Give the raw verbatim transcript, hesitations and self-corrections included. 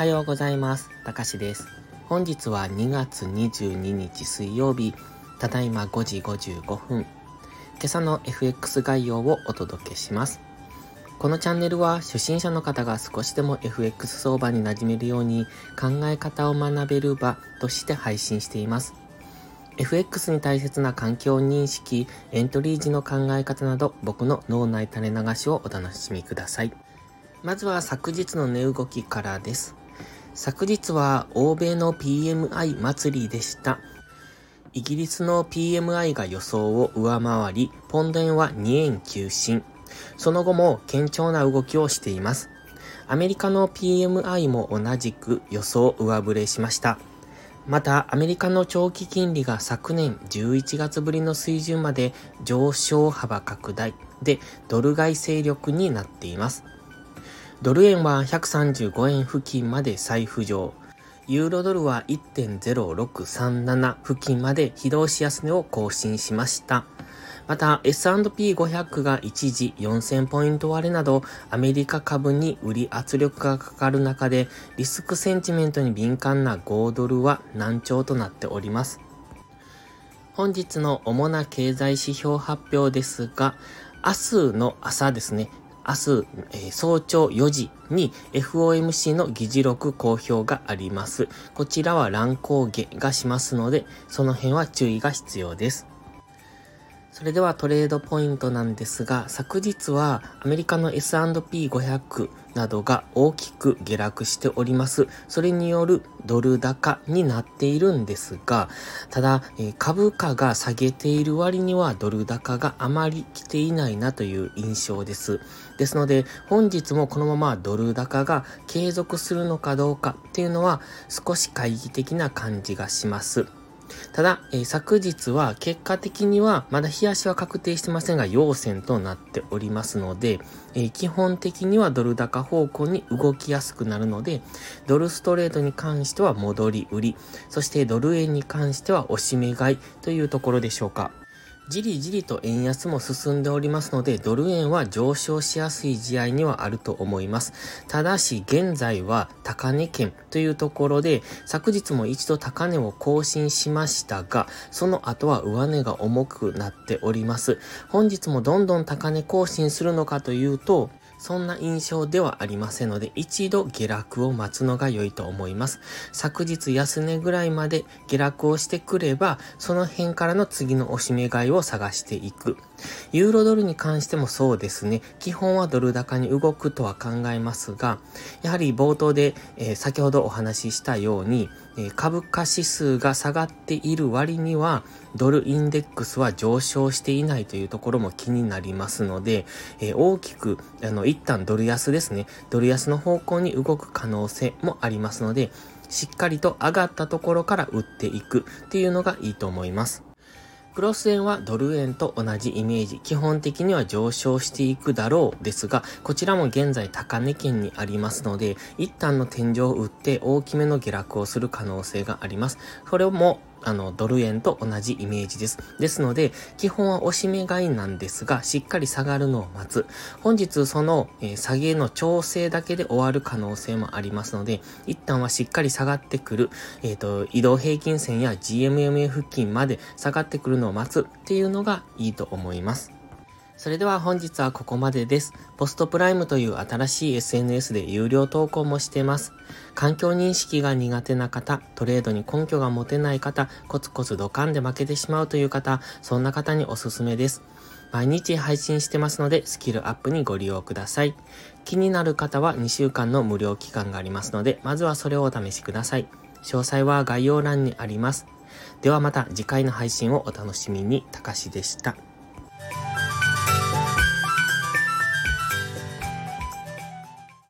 はようございます。たかしです。本日はにがつにじゅうににち水曜日、ただいまごじごじゅうごふん。今朝の エフエックス 概要をお届けします。このチャンネルは初心者の方が少しでも エフエックス 相場に馴染めるように考え方を学べる場として配信しています。エフエックス に大切な環境認識、エントリー時の考え方など僕の脳内垂れ流しをお楽しみください。まずは昨日の値動きからです。昨日は欧米の ピーエムアイ 祭りでした。イギリスの ピーエムアイ が予想を上回り、ポンド円はにえん急進。その後も堅調な動きをしています。アメリカの ピーエムアイ も同じく予想上振れしました。また、アメリカの長期金利が昨年じゅういちがつぶりの水準まで上昇幅拡大でドル買い勢力になっています。ドル円はひゃくさんじゅうごえん付近まで再浮上。ユーロドルは いってんゼロろくさんなな 付近まで非同士安値を更新しました。また エスアンドピーごひゃく が一時よんせんポイント割れなどアメリカ株に売り圧力がかかる中でリスクセンチメントに敏感なごドルは軟調となっております。本日の主な経済指標発表ですが、明日の朝ですね、明日、えー、早朝よじに エフオーエムシー の議事録公表があります。こちらは乱高下がしますので、その辺は注意が必要です。それではトレードポイントなんですが、昨日はアメリカの エスアンドピーごひゃく などが大きく下落しております。それによるドル高になっているんですが、ただ、えー、株価が下げている割にはドル高があまり来ていないなという印象です。ですので、本日もこのままドル高が継続するのかどうかっていうのは少し懐疑的な感じがします。ただ、えー、昨日は結果的にはまだ日足は確定してませんが陽線となっておりますので、えー、基本的にはドル高方向に動きやすくなるので、ドルストレートに関しては戻り売り、そしてドル円に関しては押し目買いというところでしょうか。じりじりと円安も進んでおりますので、ドル円は上昇しやすい試合にはあると思います。ただし、現在は高値圏というところで、昨日も一度高値を更新しましたが、その後は上値が重くなっております。本日もどんどん高値更新するのかというと、そんな印象ではありませんので、一度下落を待つのが良いと思います。昨日安値ぐらいまで下落をしてくれば、その辺からの次の押し目買いを探していく。ユーロドルに関してもそうですね。基本はドル高に動くとは考えますが、やはり冒頭で、えー、先ほどお話ししたように、えー、株価指数が下がっている割には、ドルインデックスは上昇していないというところも気になりますので、えー、大きく、あの、一旦ドル安ですね。ドル安の方向に動く可能性もありますので、しっかりと上がったところから売っていくっていうのがいいと思います。クロス円はドル円と同じイメージ、基本的には上昇していくだろうですが、こちらも現在高値圏にありますので、一旦の天井を打って大きめの下落をする可能性があります。それもあの、ドル円と同じイメージです。ですので、基本は押し目買いなんですが、しっかり下がるのを待つ。本日その、えー、下げの調整だけで終わる可能性もありますので、一旦はしっかり下がってくる、えっと、移動平均線や ジーエムエムエー 付近まで下がってくるのを待つっていうのがいいと思います。それでは本日はここまでです。ポストプライムという新しい エスエヌエス で有料投稿もしてます。環境認識が苦手な方、トレードに根拠が持てない方、コツコツドカンで負けてしまうという方、そんな方におすすめです。毎日配信してますのでスキルアップにご利用ください。気になる方はにしゅうかんの無料期間がありますので、まずはそれをお試しください。詳細は概要欄にあります。ではまた次回の配信をお楽しみに。たかしでした。